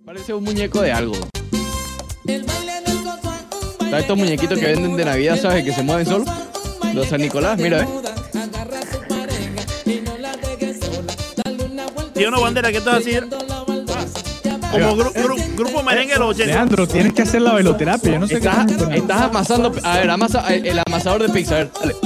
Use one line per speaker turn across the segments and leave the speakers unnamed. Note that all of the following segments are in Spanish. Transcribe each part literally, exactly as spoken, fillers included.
Parece un muñeco de algo. ¿Sabes estos muñequitos que venden de Navidad, sabes, que se mueven solos? Los San Nicolás, mira, ¿eh?
Tío, no, Bandera, ¿qué estás haciendo? Como gru gru grupo merengue de los ochenta.
Leandro, tienes que hacer la veloterapia. Yo no sé
estás,
qué
estás amasando. A ver, amasa, el amasador de pizza. A ver, dale.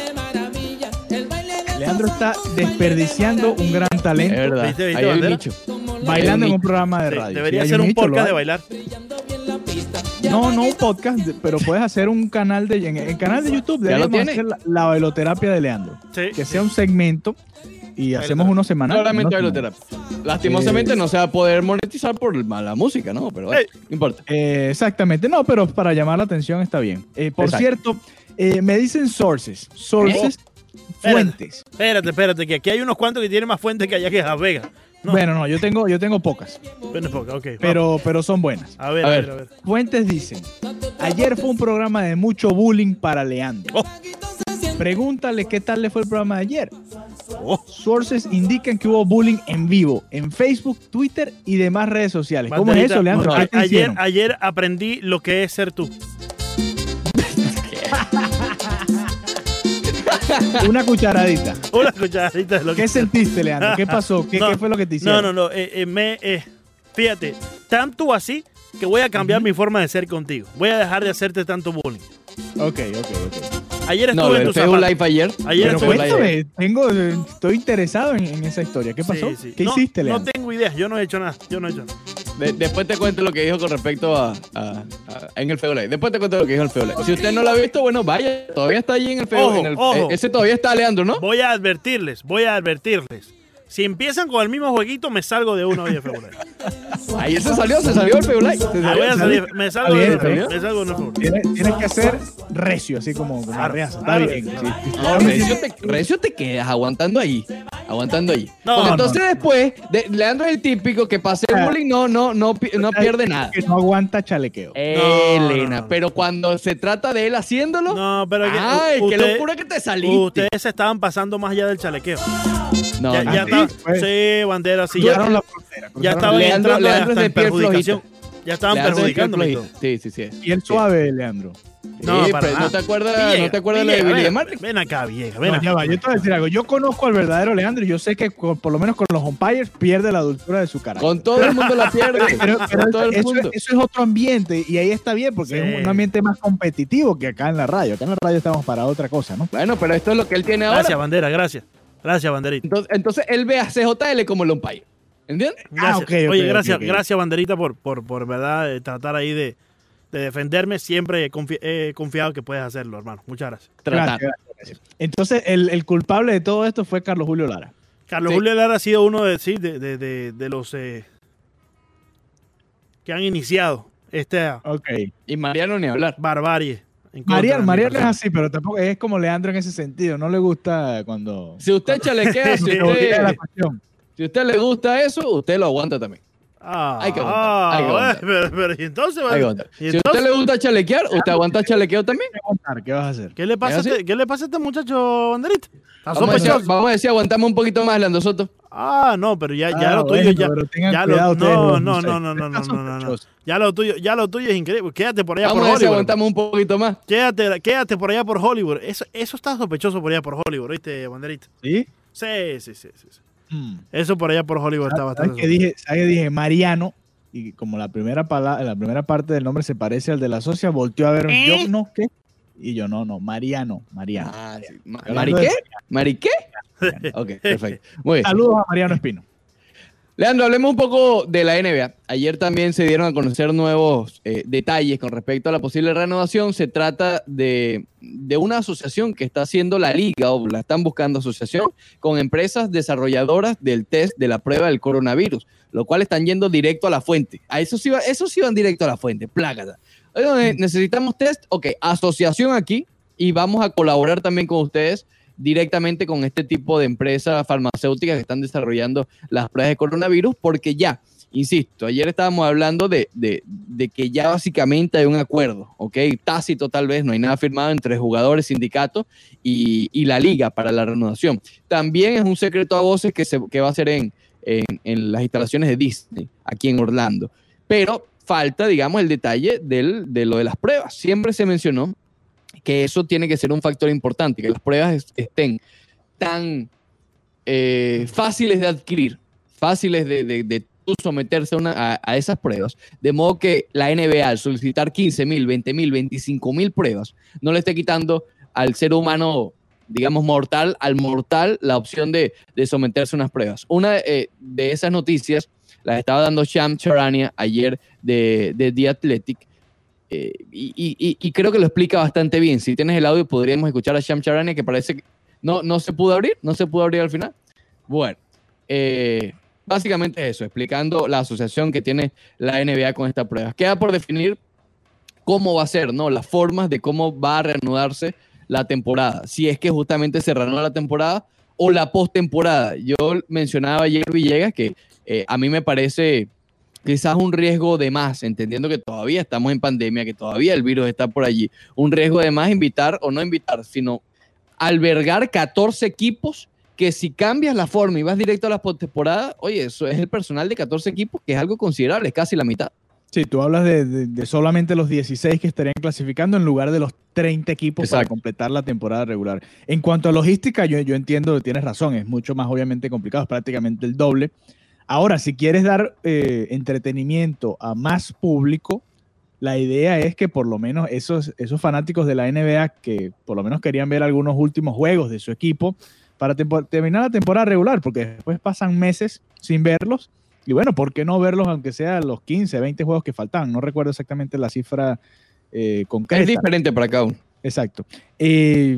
Leandro está desperdiciando un gran talento.
Es verdad.
¿Viste, viste,
Ahí hay un
Bandera?
nicho.
Bailando en un programa de
Sí,
radio.
debería
Si hay
ser un
nicho, lo
podcast
hay.
de bailar.
No, no un podcast, pero puedes hacer un canal de en el canal de YouTube.
¿Ya lo
Deberíamos
tiene?
hacer la, la bailoterapia de Leandro.
Sí,
Que
sí.
sea un segmento y hacemos uno semanal.
Solamente
uno
bailoterapia. Lastimosamente
Eh,
no se va a poder monetizar por la música, ¿no? Pero bueno,
Ey.
no importa.
Eh, exactamente, no, pero para llamar la atención está bien. Eh, por
Exacto.
cierto, eh, me dicen sources, sources, fuentes.
Espérate, espérate, que aquí hay unos cuantos que tienen más fuentes que allá que Las Vegas. No,
Bueno, no, yo tengo, yo tengo pocas,
bueno, poca, ok.
pero, pero son buenas.
A ver,
A
a
ver.
ver, a ver.
Fuentes dicen, ayer fue un programa de mucho bullying para Leandro.
Oh.
Pregúntale qué tal le fue el programa de ayer.
Oh.
Sources indican que hubo bullying en vivo en Facebook, Twitter y demás redes sociales. ¿Cómo es
Banderita,
eso, Leandro?
no,
¿Qué te
ayer,
hicieron?
ayer aprendí lo que es ser tú.
Una cucharadita.
Una cucharadita de lo que
¿Qué sentiste, Leandro? ¿Qué pasó? ¿Qué,
No,
qué fue lo que te hicieron?
No, no, no. eh, eh, me, eh, fíjate, tanto así que voy a cambiar
Ujú.
mi forma de ser contigo. Voy a dejar de hacerte tanto bullying.
Ok, ok, ok.
Ayer estuve
No,
en
el
tu
Facebook
zapato.
Live ayer.
Ayer
Pero
estuve
cuéntame, tengo, estoy interesado en, en esa historia. ¿Qué pasó?
Sí, sí.
¿Qué
No,
hiciste,
No
Leandro?
tengo idea. Yo no he hecho nada. Yo no he hecho nada.
De- después te cuento lo que dijo con respecto a, a- a- en el Facebook Live. Después te cuento lo que dijo en el Facebook Live. Si usted no lo ha visto, bueno, vaya. Todavía está allí en el Facebook.
Ojo,
en el-
ojo.
eh, ese todavía está Leandro, ¿no?
Voy a advertirles. Voy a advertirles. Si empiezan con el mismo jueguito, me salgo de uno hoy de febrero.
Ahí se salió, se salió el Facebook Live. Se
Ah,
salió.
voy a salir. Me salgo de
Está
uno.
bien,
Me salgo de uno de febrero.
Tienes, tienes que ser recio, así como, como
Claro,
reazo. Está
claro.
bien. sí.
No, recio, te, recio te quedas aguantando ahí. Aguantando ahí.
No,
Porque
no,
entonces después, de, Leandro es el típico que pase el
Ah.
bullying, no, no, no, pi- no pierde nada.
Que no aguanta chalequeo.
Elena,
no, no.
pero cuando se trata de él haciéndolo,
No, pero que-
ay, qué
usted-
locura que te saliste.
Ustedes se estaban pasando más allá del chalequeo.
No,
ya
no.
ya
¿sí?
está.
Pues,
Sí, bandera, sí. Ya,
Cruzaron la frontera.
ya
cruzaron
estaban
la-
Leandro-
entrando
Leandro es
hasta
de
en
piel
perjudicación. Ya estaban
Leandro es de piel
perjudicándome y todo.
flojita. Sí, sí, sí.
Piel
Sí.
suave, Leandro.
No,
Sí,
para
pero
nada.
¿no te acuerdas,
Villegas,
¿no te acuerdas de
Villegas,
Billy de
ven,
Marley?
ven acá, Villegas, ven
No,
acá.
ya va, yo te voy a decir algo. Yo conozco al verdadero Leandro y yo sé que con- por lo menos con los umpires pierde la dulzura de su carácter.
Con todo el mundo la pierde.
Pero, pero
Con todo el
eso,
mundo.
eso es otro ambiente y ahí está bien porque
Sí.
es un ambiente más competitivo que acá en la radio. Acá en la radio estamos para otra cosa, ¿no?
Bueno, pero esto es lo que él tiene ahora.
Gracias, bandera, gracias. Gracias, banderita.
Entonces, entonces él ve a C J L como el umpire. ¿Entiendes?
Gracias.
Ah, ok, ok,
Oye,
ok,
gracias,
ok.
gracias, banderita, por, por, por verdad eh, tratar ahí de, de defenderme. Siempre he, confi- he confiado que puedes hacerlo, hermano. Muchas gracias.
Tratar.
Gracias, gracias, gracias. Entonces, el, el culpable de todo esto fue Carlos Julio Lara.
Carlos
Sí.
Julio Lara ha sido uno de, sí, de, de, de, de los eh, que han iniciado esta
Ok.
Y Mariano ni hablar.
barbarie. en contra
Mariano,
de mi
Mariano es
persona.
así, pero tampoco es como Leandro en ese sentido. No le gusta cuando...
Si usted chalequea, si
cuando se olvida de la
usted,
pasión.
si usted le gusta eso, usted lo aguanta también.
Ah,
Hay que aguantar,
ah,
hay que aguantar.
bueno, pero, pero, ¿y entonces?
Hay que aguantar.
¿y
Si a usted
entonces?
le gusta chalequear, ¿usted aguanta chalequeo también?
¿Qué aguantar? ¿Qué vas a hacer?
¿Qué le pasa a
¿Es así?
este, ¿qué le pasa a este muchacho, banderita? ¿Está
Vamos a, decir,
sospechoso?
vamos a decir, aguantamos un poquito más, Lando Soto.
Ah, no, pero ya, ya
Ah,
lo tuyo
bueno,
ya,
pero tengan
ya
cuidado
lo,
ustedes,
no,
los
no, no,
muchachos.
no, no, no,
Están
no, no, no.
sospechosos.
Ya lo tuyo, ya lo tuyo es increíble. Quédate por allá
Vamos
por
a ver si
Hollywood.
aguantamos un poquito más.
Quédate, quédate por allá por Hollywood. Eso, eso está sospechoso por allá por Hollywood, ¿viste, banderita?
¿Sí?
Sí, sí, sí, sí. sí.
Hmm.
Eso por allá por Hollywood está
¿Sabes
bastante
qué dije? ¿Sabes qué dije? Mariano, y como la primera palabra, la primera parte del nombre se parece al de la socia, volteó a ver, yo no, ¿qué? Y yo, no, no, Mariano, Mariano.
Ah, sí. Ma-
Hablando
¿Mari
de-
qué? ¿Mari qué? Ok, perfecto. Muy bien.
Saludos a Mariano Espino.
Leandro, hablemos un poco de la N B A. Ayer también se dieron a conocer nuevos eh, detalles con respecto a la posible renovación. Se trata de, de una asociación que está haciendo la liga, o la están buscando asociación, con empresas desarrolladoras del test de la prueba del coronavirus, lo cual están yendo directo a la fuente. A eso sí, va, eso sí van directo a la fuente, plácata. Oye, necesitamos test, ok, asociación aquí, y vamos a colaborar también con ustedes directamente con este tipo de empresas farmacéuticas que están desarrollando las pruebas de coronavirus, porque ya, insisto, ayer estábamos hablando de, de, de que ya básicamente hay un acuerdo, ¿ok? Tácito tal vez, no hay nada firmado entre jugadores, sindicatos y, y la liga para la renovación. También es un secreto a voces que, se, que va a ser en, en, en las instalaciones de Disney, aquí en Orlando. pero falta, digamos, el detalle del, de lo de las pruebas. Siempre se mencionó que eso tiene que ser un factor importante, que las pruebas est- estén tan eh, fáciles de adquirir, fáciles de, de, de tú someterse a, una, a, a esas pruebas, de modo que la N B A al solicitar quince mil, veinte mil, veinticinco mil pruebas, no le esté quitando al ser humano, digamos, mortal, al mortal, la opción de, de someterse a unas pruebas. Una eh, de esas noticias las estaba dando Shams Charania ayer de, de The Athletic, eh, y, y, y creo que lo explica bastante bien. Si tienes el audio, podríamos escuchar a Shams Charania, que parece que no, no se pudo abrir, no se pudo abrir al final. Bueno, eh, básicamente eso, explicando la asociación que tiene la N B A con estas pruebas. Queda por definir cómo va a ser, ¿no? Las formas de cómo va a reanudarse la temporada. Si es que justamente se reanuda la temporada o la postemporada. Yo mencionaba ayer, Villegas, que eh, a mí me parece quizás un riesgo de más, entendiendo que todavía estamos en pandemia, que todavía el virus está por allí. Un riesgo de más invitar, o no invitar, sino albergar catorce equipos que si cambias la forma y vas directo a la postemporada, oye, eso es el personal de catorce equipos, que es algo considerable, es casi la mitad.
Sí, tú hablas de, de, de solamente los dieciséis que estarían clasificando en lugar de los treinta equipos. Exacto. Para completar la temporada regular. En cuanto a logística, yo, yo entiendo que tienes razón, es mucho más obviamente complicado, es prácticamente el doble. Ahora, si quieres dar eh, entretenimiento a más público, la idea es que por lo menos esos, esos fanáticos de la N B A que por lo menos querían ver algunos últimos juegos de su equipo para tempo- terminar la temporada regular, porque después pasan meses sin verlos. Y bueno, ¿por qué no verlos aunque sea los quince, veinte juegos que faltaban? No recuerdo exactamente la cifra eh, concreta.
Es diferente para cada uno.
Exacto. Eh,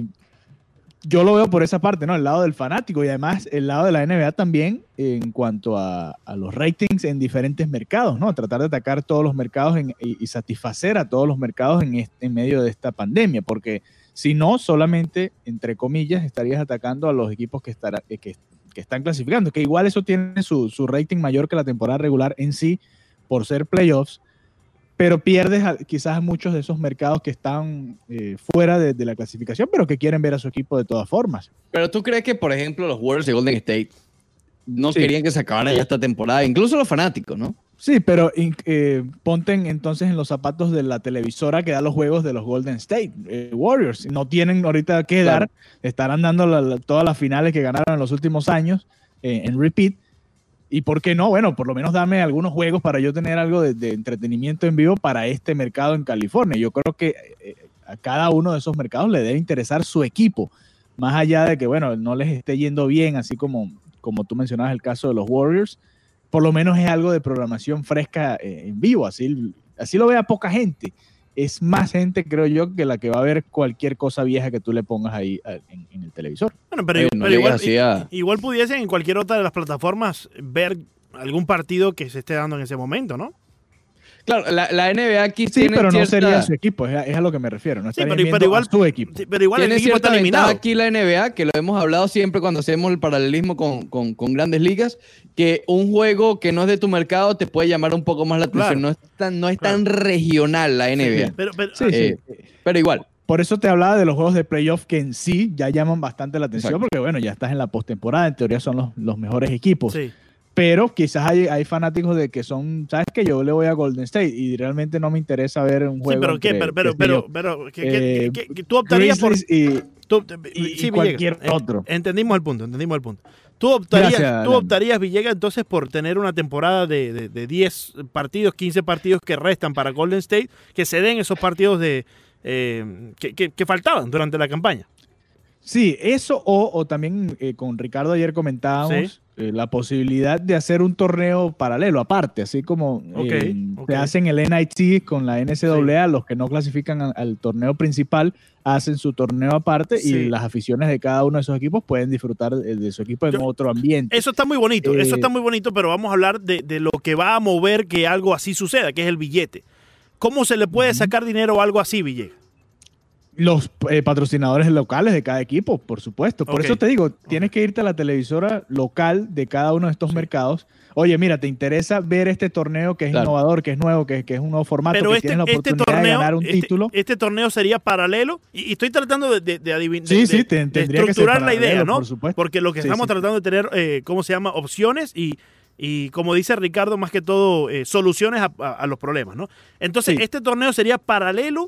yo lo veo por esa parte, ¿no? El lado del fanático y además el lado de la N B A también en cuanto a, a los ratings en diferentes mercados, ¿no? Tratar de atacar todos los mercados en, y, y satisfacer a todos los mercados en, este, en medio de esta pandemia, porque si no, solamente, entre comillas, estarías atacando a los equipos que, estará, que, que están clasificando, que igual eso tiene su, su rating mayor que la temporada regular en sí, por ser playoffs, pero pierdes a, quizás a muchos de esos mercados que están eh, fuera de, de la clasificación, pero que quieren ver a su equipo de todas formas.
Pero tú crees que, por ejemplo, los Warriors de Golden State no sí. querían que se acabara ya esta temporada, incluso los fanáticos, ¿no?
Sí, pero eh, ponte entonces en los zapatos de la televisora que da los juegos de los Golden State eh, Warriors. No tienen ahorita que claro. dar, estarán dando la, la, todas las finales que ganaron en los últimos años eh, en repeat. ¿Y por qué no? Bueno, por lo menos dame algunos juegos para yo tener algo de, de entretenimiento en vivo para este mercado en California. Yo creo que eh, a cada uno de esos mercados le debe interesar su equipo, más allá de que, bueno, no les esté yendo bien, así como, como tú mencionabas el caso de los Warriors. Por lo menos es algo de programación fresca eh, en vivo, así, así lo vea poca gente. Es más gente, creo yo, que la que va a ver cualquier cosa vieja que tú le pongas ahí en, en el televisor.
Bueno, pero, Oye, pero no igual, a... igual pudiesen en cualquier otra de las plataformas ver algún partido que se esté dando en ese momento, ¿no?
Claro, la, la N B A aquí
sí,
tiene
pero no
cierta...
sería su equipo, es a, es a lo que me refiero. No
sí, pero, pero igual,
a su equipo.
Sí, pero igual
tiene
el equipo está eliminado.
Aquí la N B A, que lo hemos hablado siempre cuando hacemos el paralelismo con, con, con grandes ligas, que un juego que no es de tu mercado te puede llamar un poco más la atención. Claro. No es tan, no es claro. tan regional la N B A.
Sí, pero, pero,
sí,
eh,
sí.
pero igual.
Por eso te hablaba de los juegos de playoff que en sí ya llaman bastante la atención. Exacto. Porque bueno, ya estás en la postemporada, en teoría son los, los mejores equipos.
Sí.
Pero quizás hay, hay fanáticos de que son, ¿sabes qué? Yo le voy a Golden State y realmente no me interesa ver un juego.
Sí, pero
entre,
¿qué? Pero, pero, pero, pero ¿qué,
eh,
qué, qué, tú optarías por.
Y,
tú,
y,
sí,
y cualquier
Villegas,
otro.
Entendimos el punto, entendimos el punto. Tú optarías,
Gracias,
tú optarías, Villegas, entonces por tener una temporada de, de, de diez partidos, quince partidos que restan para Golden State, que se den esos partidos de eh, que, que, que faltaban durante la campaña.
Sí, eso o, o también eh, con Ricardo ayer comentábamos ¿sí? eh, la posibilidad de hacer un torneo paralelo aparte, así como
okay,
eh,
okay.
se hacen el N I T con la N C A A, sí. los que no clasifican al, al torneo principal hacen su torneo aparte sí. y las aficiones de cada uno de esos equipos pueden disfrutar de, de su equipo en Yo, otro ambiente.
Eso está muy bonito, eh, eso está muy bonito, pero vamos a hablar de, de lo que va a mover que algo así suceda, que es el billete. ¿Cómo se le puede uh-huh. sacar dinero a algo así, Villegas?
Los eh, patrocinadores locales de cada equipo, por supuesto. Por okay. eso te digo, tienes que irte a la televisora local de cada uno de estos sí. mercados. Oye, mira, ¿te interesa ver este torneo que es claro. innovador, que es nuevo, que, que es un nuevo formato,
pero
que
este,
tienes la oportunidad
este torneo,
de ganar un
este,
título?
Este torneo sería paralelo y, y estoy tratando de, de, de adivinar,
sí,
de,
sí,
te,
de
estructurar
que ser paralelo,
la idea, ¿no?
Por supuesto.
Porque lo que
sí,
estamos
sí.
tratando de tener, eh, ¿cómo se llama? Opciones y Y como dice Ricardo, más que todo, eh, soluciones a, a, a los problemas, ¿no? Entonces,
Sí.
este torneo sería paralelo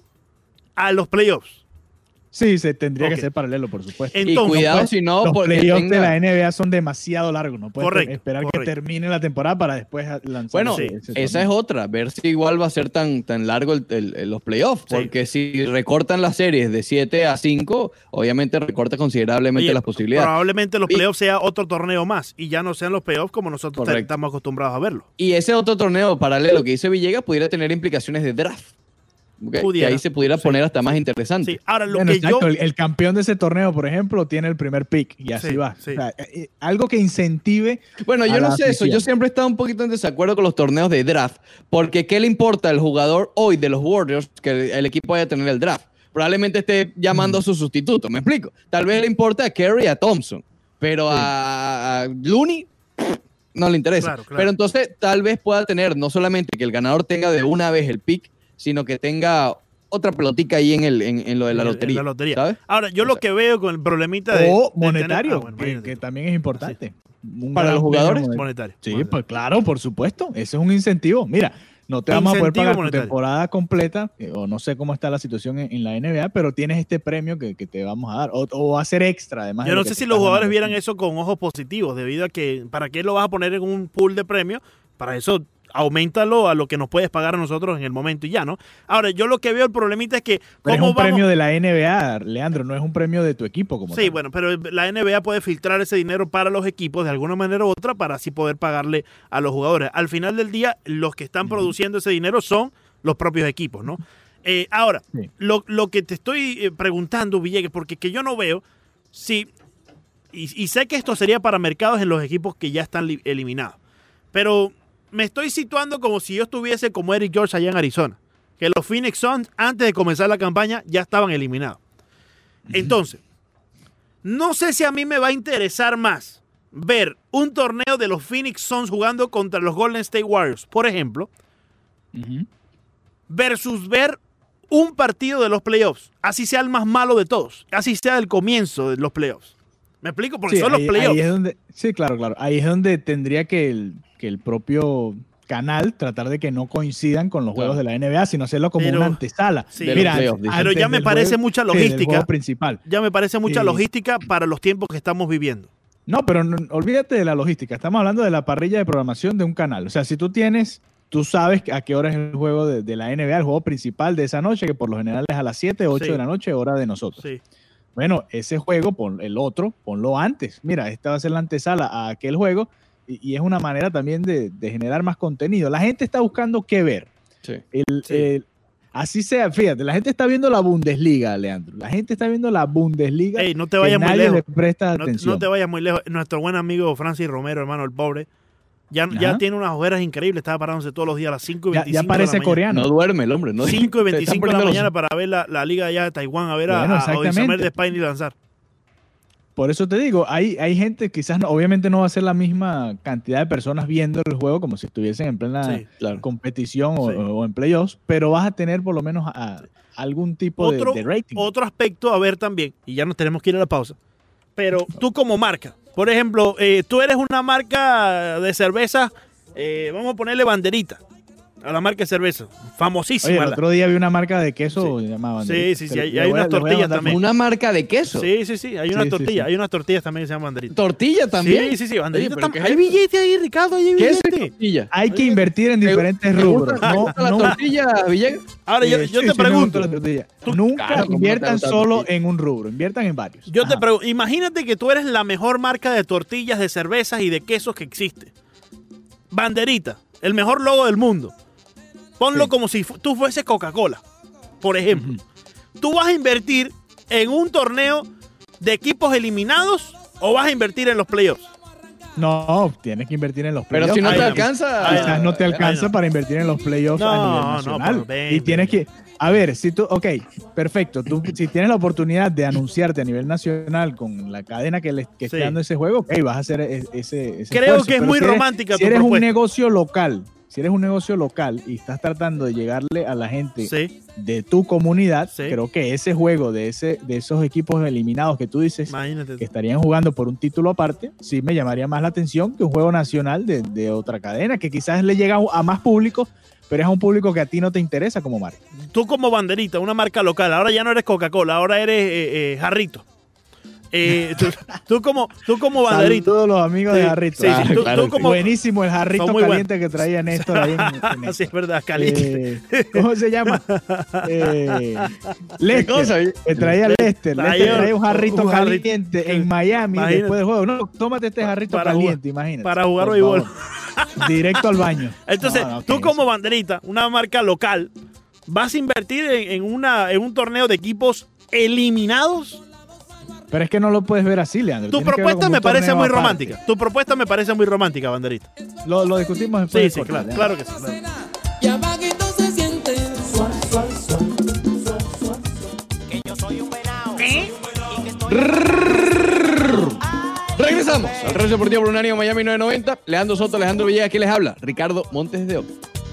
a los playoffs.
Sí, se tendría
Ok.
que ser paralelo, por supuesto.
Entonces,
y cuidado
pues,
si no,
Los
porque
playoffs
tenga-
de la N B A son demasiado largos. No puedes
Correcto,
esperar
correcto.
que termine la temporada para después lanzar.
Bueno,
Sí.
ese
esa
torneo.
es otra, ver si igual va a ser tan, tan largo el- el- el- los playoffs,
Sí.
porque si recortan las series de siete a cinco, obviamente recorta considerablemente
Oye,
las posibilidades.
probablemente los
Y-
playoffs sea otro torneo más y ya no sean los playoffs como nosotros
Correcto.
estamos acostumbrados a verlo.
Y ese otro torneo paralelo que dice Villegas pudiera tener implicaciones de draft. ¿ok? Que
Pudiera,
ahí se pudiera
sí,
poner hasta
sí.
más interesante.
Sí, ahora lo
Bueno,
que
exacto,
yo...
el, el campeón de ese torneo, por ejemplo, tiene el primer pick y así
Sí,
va.
sí.
O sea, eh, eh, algo que incentive.
Bueno,
a
yo no
la
sé eso.
afición.
Yo siempre he estado un poquito en desacuerdo con los torneos de draft. Porque ¿qué le importa al jugador hoy de los Warriors que el, el equipo vaya a tener el draft? Probablemente esté llamando a su sustituto. ¿Me explico? Tal vez le importa a Curry y a Thompson. Pero a, a Looney no le interesa.
Claro, claro.
Pero entonces tal vez pueda tener no solamente que el ganador tenga de una vez el pick, sino que tenga otra pelotica ahí en, el, en, en lo de la
en- en
lotería.
la lotería.
¿sabes?
Ahora, yo lo
Exacto.
que veo con el problemita de...
O
de tener-
monetario,
ah, bueno,
que,
imagínate.
que también es importante. Un
¿Para
gran
los jugadores?
premio
Monetario.
Sí,
monetario.
pues claro, por supuesto. Ese es un incentivo. Mira, no te vamos a poder
Incentivo
pagar tu
monetario.
temporada completa, eh, o no sé cómo está la situación en, en la N B A, pero tienes este premio que, que te vamos a dar. O, o va a ser extra, además.
Yo
de
no
lo que
sé
te
si
estás
los jugadores
ganando.
vieran eso con ojos positivos, debido a que, ¿para qué lo vas a poner en un pool de premios? Para eso, aumentalo a lo que nos puedes pagar a nosotros en el momento y ya, ¿no? Ahora, yo lo que veo el problemita es que...
Pero es
¿cómo
un
vamos?
premio de la N B A, Leandro, no es un premio de tu equipo como
Sí,
tal.
bueno, pero la N B A puede filtrar ese dinero para los equipos de alguna manera u otra para así poder pagarle a los jugadores. Al final del día, los que están produciendo ese dinero son los propios equipos, ¿no? Eh, ahora,
Sí.
lo, lo que te estoy eh, preguntando, Villegas, porque que yo no veo si... Y, y sé que esto sería para mercados en los equipos que ya están li- eliminados. Pero me estoy situando como si yo estuviese como Eric George allá en Arizona. Que los Phoenix Suns, antes de comenzar la campaña, ya estaban eliminados. Entonces, no sé si a mí me va a interesar más ver un torneo de los Phoenix Suns jugando contra los Golden State Warriors, por ejemplo,
Ujú.
versus ver un partido de los playoffs, así sea el más malo de todos, así sea el comienzo de los playoffs. ¿Me explico? Porque
Sí,
son
ahí-
los playoffs.
ahí es donde, sí, claro, claro. Ahí es donde tendría que el, que el propio canal tratar de que no coincidan con los
Claro.
juegos de la N B A, sino hacerlo como
Pero-
una antesala.
sí.
De los
Mira,
playoffs, dice.
Pero
antes
ya me
del
parece
juego-
mucha
sí, del
logística.
juego principal.
Ya me parece mucha
Sí.
logística para los tiempos que estamos viviendo.
No, pero no- olvídate de la logística. Estamos hablando de la parrilla de programación de un canal. O sea, si tú tienes, tú sabes a qué hora es el juego de, de la N B A, el juego principal de esa noche, que por lo general es a las siete, ocho
Sí.
de la noche, hora de nosotros.
Sí.
Bueno, ese juego, pon, el otro, ponlo antes. Mira, esta va a ser la antesala a aquel juego y, y es una manera también de, de generar más contenido. La gente está buscando qué ver.
Sí.
El-
Sí.
el- así sea, fíjate, la gente está viendo la Bundesliga, Leandro. La gente está viendo la Bundesliga.
Ey, no te
que
vayas muy
nadie
lejos.
le presta
No,
atención.
no te vayas muy lejos. Nuestro buen amigo Francis Romero, hermano, el pobre, ya, ya
Ajá.
tiene unas ojeras increíbles. Estaba parándose todos los días a las cinco y
ya,
veinticinco
ya parece
de la mañana.
coreano.
No duerme el hombre. No
cinco y
se está
veinticinco de la
poniendo los-
mañana para ver la, la liga allá de Taiwán, a ver a-
Bueno,
a, a
exactamente.
Oisamer de Spain y lanzar.
Por eso te digo, hay, hay gente, quizás no- obviamente no va a ser la misma cantidad de personas viendo el juego como si estuviesen en plena
Sí.
Claro.
competición o,
Sí.
o en playoffs, pero vas a tener por lo menos a- algún tipo de-
Otro,
de, rating.
otro aspecto a ver también, y ya nos tenemos que ir a la pausa, pero tú como marca, por ejemplo, eh, tú eres una marca de cerveza, eh, vamos a ponerle banderita a la marca de cerveza, famosísima.
Oye, el
la-
otro día vi una marca de queso llamada
Sí,
Banderita.
sí, sí,
Te-
hay-
le
hay
voy a-
unas
le voy a
tortillas
mandar
también.
Una marca de queso.
Sí, sí, sí, hay una
Sí, sí,
tortilla,
sí.
hay unas tortillas también que se llaman banderita.
Tortilla también.
Sí, sí, sí, banderita.
Oye, pero
tam-
¿qué es
hay
eso?
billete ahí, Ricardo, hay
¿Qué es
billete.
tortilla?
Hay que invertir en
¿Te-
diferentes
¿Te
rubros.
gusta- te
No,
gusta la
no-
tortilla, Villegas?
Ahora, yo,
eh,
yo
sí,
te
sí, me gusta
pregunto,
la tortilla.
tú-
Nunca
Claro, ¿cómo no te
inviertan
gusta la
solo
tortilla?
en un rubro, inviertan en varios.
yo te
Ajá.
pregunto, imagínate que tú eres la mejor marca de tortillas, de cervezas y de quesos que existe. Banderita, el mejor logo del mundo. Ponlo
Sí.
como si fu- tú fueses Coca-Cola, por ejemplo.
Ujú.
¿Tú vas a invertir en un torneo de equipos eliminados o vas a invertir en los playoffs?
No, tienes que invertir en los
Pero
playoffs.
si no
Ay,
te
no.
alcanza.
Ay,
Quizás no te
Ay,
alcanza
no.
para invertir en los playoffs
No,
a nivel
no,
nacional.
pero ven,
y tienes
ven.
que, a ver, si tú, ok, perfecto, tú si tienes la oportunidad de anunciarte a nivel nacional con la cadena que, le, que
Sí.
esté dando ese juego, ok, vas a hacer e- ese, ese
Creo
esfuerzo.
que es
Pero
muy
si eres-
romántica
Si
tu
eres un
propuesta.
negocio local si eres un negocio local y estás tratando de llegarle a la gente
Sí,
de tu comunidad,
Sí.
creo que ese juego de ese de esos equipos eliminados que tú dices
imagínate.
que estarían jugando por un título aparte, sí me llamaría más la atención que un juego nacional de, de otra cadena, que quizás le llega a más público, pero es a un público que a ti no te interesa como marca.
Tú como banderita, una marca local, ahora ya no eres Coca-Cola, ahora eres eh, eh, Jarrito. Eh, tú, tú como, tú como banderita.
Saludos a los amigos
Sí,
de Jarrito.
sí, sí,
Ah,
tú-
claro
tú
que
como-
sí. Buenísimo el jarrito
Son muy
caliente que traía Néstor ahí en, en
Así es
esto.
verdad, caliente.
Eh, ¿Cómo se llama? Eh, Lester.
cosa?
Que traía Lester.
Traía
Lester traía un jarrito
un jarrito.
caliente en Miami
Imagínate.
después del juego. No, tómate este jarrito
Para
caliente, imagínate.
para jugar
Por
béisbol.
favor. Directo al baño.
Entonces,
No, no,
tú
¿qué
como
es?
banderita, una marca local, ¿vas a invertir en, en una, en un torneo de equipos eliminados?
Pero es que no lo puedes ver así, Leandro.
Tu
Tienes que verlo
propuesta
como
me
un
parece
torneo
muy
aparte.
romántica. Tu propuesta me parece muy romántica, banderita.
Lo, lo discutimos después.
Sí,
del
sí,
corte,
claro,
Leandro.
claro que sí. claro.
Y abajito se siente suave, suave, suave, suave, suave. Que yo soy un venado.
¿Eh?
Y que estoy
Regresamos al Real Deportivo Brunáneo Miami novecientos noventa. Leandro Soto, Alejandro Villegas, aquí les habla. Ricardo Montes de Oca.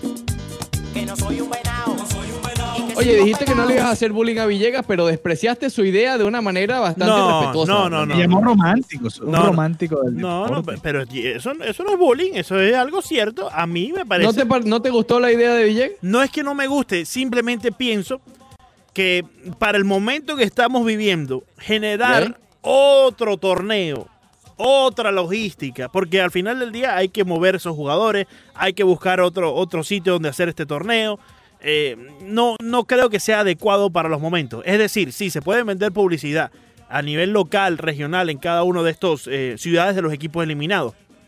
que no soy un venado. Y que
Oye,
sigo
dijiste que no le ibas
pegado.
a hacer bullying a Villegas, pero despreciaste su idea de una manera bastante
No,
respetuosa.
no, no,
Me llamó romántico, un
No, no.
romántico del
No, no,
deporte.
pero eso, eso no es bullying, eso es algo cierto. A mí me parece.
¿No te, par- ¿No te gustó la idea de Villegas?
No es que no me guste, simplemente pienso que para el momento que estamos viviendo, generar
¿Ya?
otro torneo, otra logística, porque al final del día hay que mover esos jugadores, hay que buscar otro, otro sitio donde hacer este torneo. Eh, no, no creo que sea adecuado para los momentos. Es decir, sí, se puede vender publicidad a nivel local, regional, en cada uno de estos eh, ciudades de los equipos eliminados.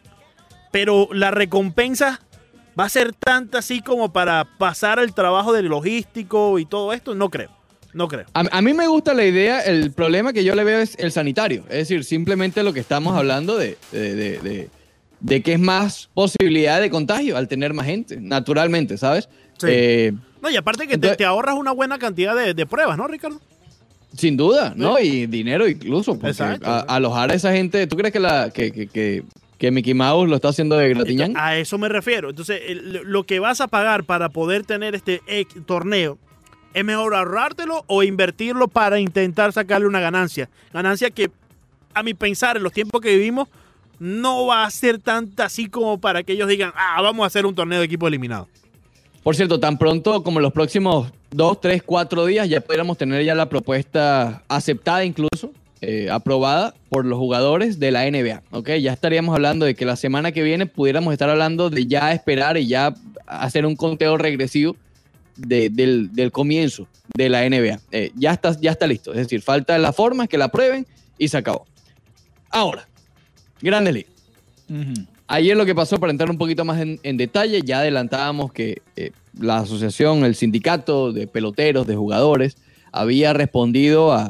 Pero la recompensa va a ser tanta así como para pasar el trabajo del logístico y todo esto. No creo, no creo.
A, a mí me gusta la idea, el problema que yo le veo es el sanitario. Es decir, simplemente lo que estamos hablando de, de, de, de- de que es más posibilidad de contagio al tener más gente, naturalmente, ¿sabes?
Sí.
Eh,
No, y aparte que
Entonces-
te, te ahorras una buena cantidad de, de pruebas, ¿no, Ricardo?
sin duda, ¿no? Y dinero incluso, porque
Exacto.
a- alojar a esa gente, ¿tú crees que, la, que, que, que, que Mickey Mouse lo está haciendo de Gratiñán?
A eso me refiero. Entonces, el- lo que vas a pagar para poder tener este ex- torneo, ¿es mejor ahorrártelo o invertirlo para intentar sacarle una ganancia? Ganancia que, a mi pensar, en los tiempos que vivimos, no va a ser tanta así como para que ellos digan, ah, vamos a hacer un torneo de equipo eliminado.
Por cierto, tan pronto como en los próximos dos, tres, cuatro días ya podríamos tener ya la propuesta aceptada incluso, eh, aprobada por los jugadores de la N B A, ¿ok? Ya estaríamos hablando de que la semana que viene pudiéramos estar hablando de ya esperar y ya hacer un conteo regresivo de- del, del comienzo de la N B A. Eh, ya, está, ya está listo, es decir, falta la forma, que la aprueben y se acabó. Ahora, Grandes Ligas.
Ujú.
Ayer lo que pasó, para entrar un poquito más en, en detalle, ya adelantábamos que eh, la asociación, el sindicato de peloteros, de jugadores, había respondido a,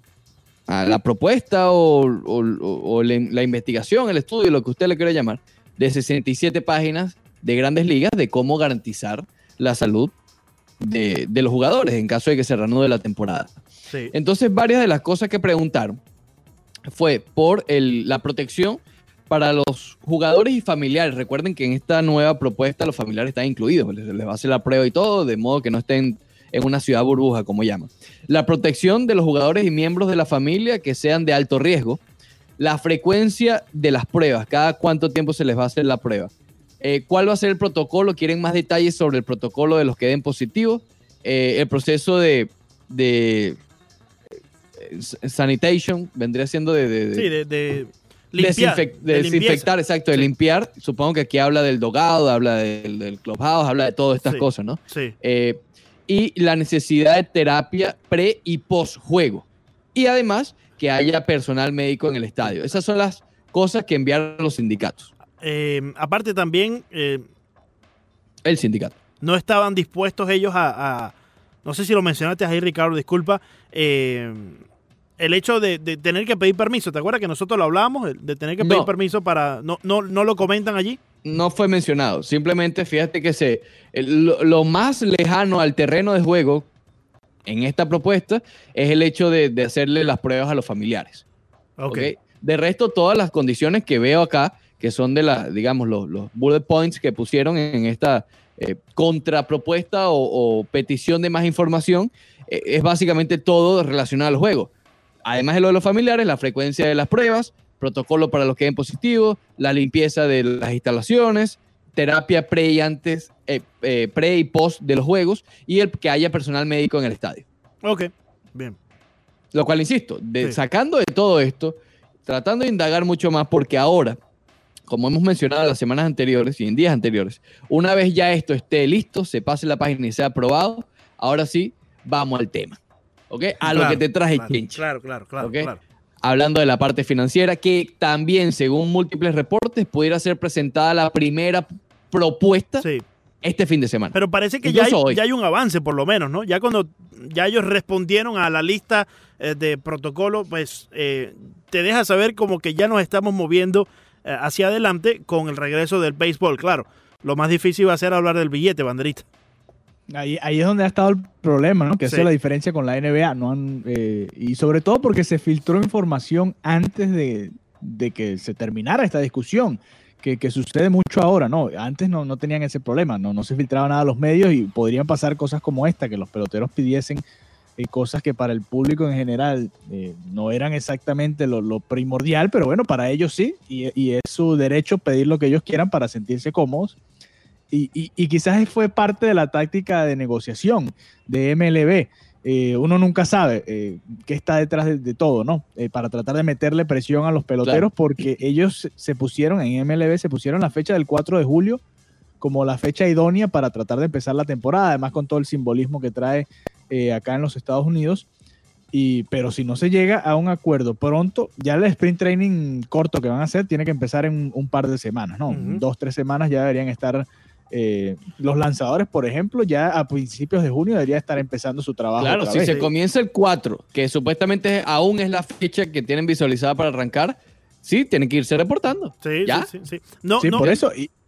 a la propuesta o, o- o la, la investigación, el estudio, lo que usted le quiera llamar, de sesenta y siete páginas de Grandes Ligas de cómo garantizar la salud de, de los jugadores en caso de que se reanude la temporada.
Sí.
Entonces, varias de las cosas que preguntaron fue por el- la protección para los jugadores y familiares. Recuerden que en esta nueva propuesta los familiares están incluidos, les, les va a hacer la prueba y todo, de modo que no estén en una ciudad burbuja, como llaman. La protección de los jugadores y miembros de la familia que sean de alto riesgo. La frecuencia de las pruebas, cada cuánto tiempo se les va a hacer la prueba. Eh, ¿Cuál va a ser el protocolo? ¿Quieren más detalles sobre el protocolo de los que den positivos? Eh, el proceso de, de eh, sanitation, vendría siendo de... de- de-
Sí, de, de limpiar.
Desinfec- de
de limpieza.
desinfectar, exacto, de
Sí.
limpiar. Supongo que aquí habla del dogado, habla del, del clubhouse, habla de todas estas
Sí.
cosas, ¿no?
Sí.
Eh, y la necesidad de terapia pre y post juego. Y además que haya personal médico en el estadio. Esas son las cosas que enviaron los sindicatos.
Eh, aparte también, eh,
El sindicato.
no estaban dispuestos ellos a, a- no sé si lo mencionaste ahí, Ricardo, disculpa, eh, el hecho de, de tener que pedir permiso. ¿Te acuerdas que nosotros lo hablábamos? De tener que pedir
No.
permiso para... No, no, no lo comentan allí.
No fue mencionado. Simplemente fíjate que se, el- lo, lo más lejano al terreno de juego en esta propuesta es el hecho de, de hacerle las pruebas a los familiares.
Ok.
¿ok? De resto, todas las condiciones que veo acá, que son de la, digamos, los, los bullet points que pusieron en esta eh, contrapropuesta o, o petición de más información, eh, es básicamente todo relacionado al juego. Además de lo de los familiares, la frecuencia de las pruebas, protocolo para los que den positivos, la limpieza de las instalaciones, terapia pre y antes, eh, eh, pre y post de los juegos, y el que haya personal médico en el estadio.
Ok, bien.
Lo cual, insisto, de,
Sí.
sacando de todo esto, tratando de indagar mucho más, porque ahora, como hemos mencionado en las semanas anteriores y en días anteriores, una vez ya esto esté listo, se pase la página y sea aprobado, ahora sí, vamos al tema. ¿Ok? A lo
Claro,
que te traje,
claro,
Kenchi.
Claro, claro, claro,
Ok.
claro.
Hablando de la parte financiera, que también, según múltiples reportes, pudiera ser presentada la primera propuesta
Sí.
este fin de semana.
Pero parece que ya hay,
Incluso hoy.
ya hay un avance, por lo menos, ¿no? Ya cuando ya ellos respondieron a la lista eh, de protocolo, pues eh, te deja saber como que ya nos estamos moviendo eh, hacia adelante con el regreso del béisbol. Claro, lo más difícil va a ser hablar del billete, banderita.
Ahí, ahí es donde ha estado el problema, ¿no? Que
Sí.
hace la diferencia con la N B A, ¿no? Han, eh, y sobre todo porque se filtró información antes de, de que se terminara esta discusión, que, que sucede mucho ahora, ¿no? Antes no, no tenían ese problema, ¿no? No se filtraba nada a los medios y podrían pasar cosas como esta, que los peloteros pidiesen eh, cosas que para el público en general eh, no eran exactamente lo, lo primordial, pero bueno, para ellos sí, y, y es su derecho pedir lo que ellos quieran para sentirse cómodos. Y, y, y quizás fue parte de la táctica de negociación de M L B. Eh, uno nunca sabe eh, qué está detrás de, de todo, ¿no? Eh, para tratar de meterle presión a los peloteros,
Claro.
porque ellos se- se pusieron en M L B, se pusieron la fecha del cuatro de julio como la fecha idónea para tratar de empezar la temporada, además con todo el simbolismo que trae eh, acá en los Estados Unidos. Y, pero si no se llega a un acuerdo pronto, ya el sprint training corto que van a hacer tiene que empezar en un par de semanas, ¿no?
Ujú.
Dos, tres semanas ya deberían estar eh, los lanzadores, por ejemplo, ya a principios de junio debería estar empezando su trabajo.
Claro,
otra
si
vez.
se comienza el cuatro, que supuestamente aún es la fecha que tienen visualizada para arrancar, sí, tienen que irse reportando.
Sí,
¿Ya?
sí, sí, sí. No,
Sí,
no,
por eso. Y,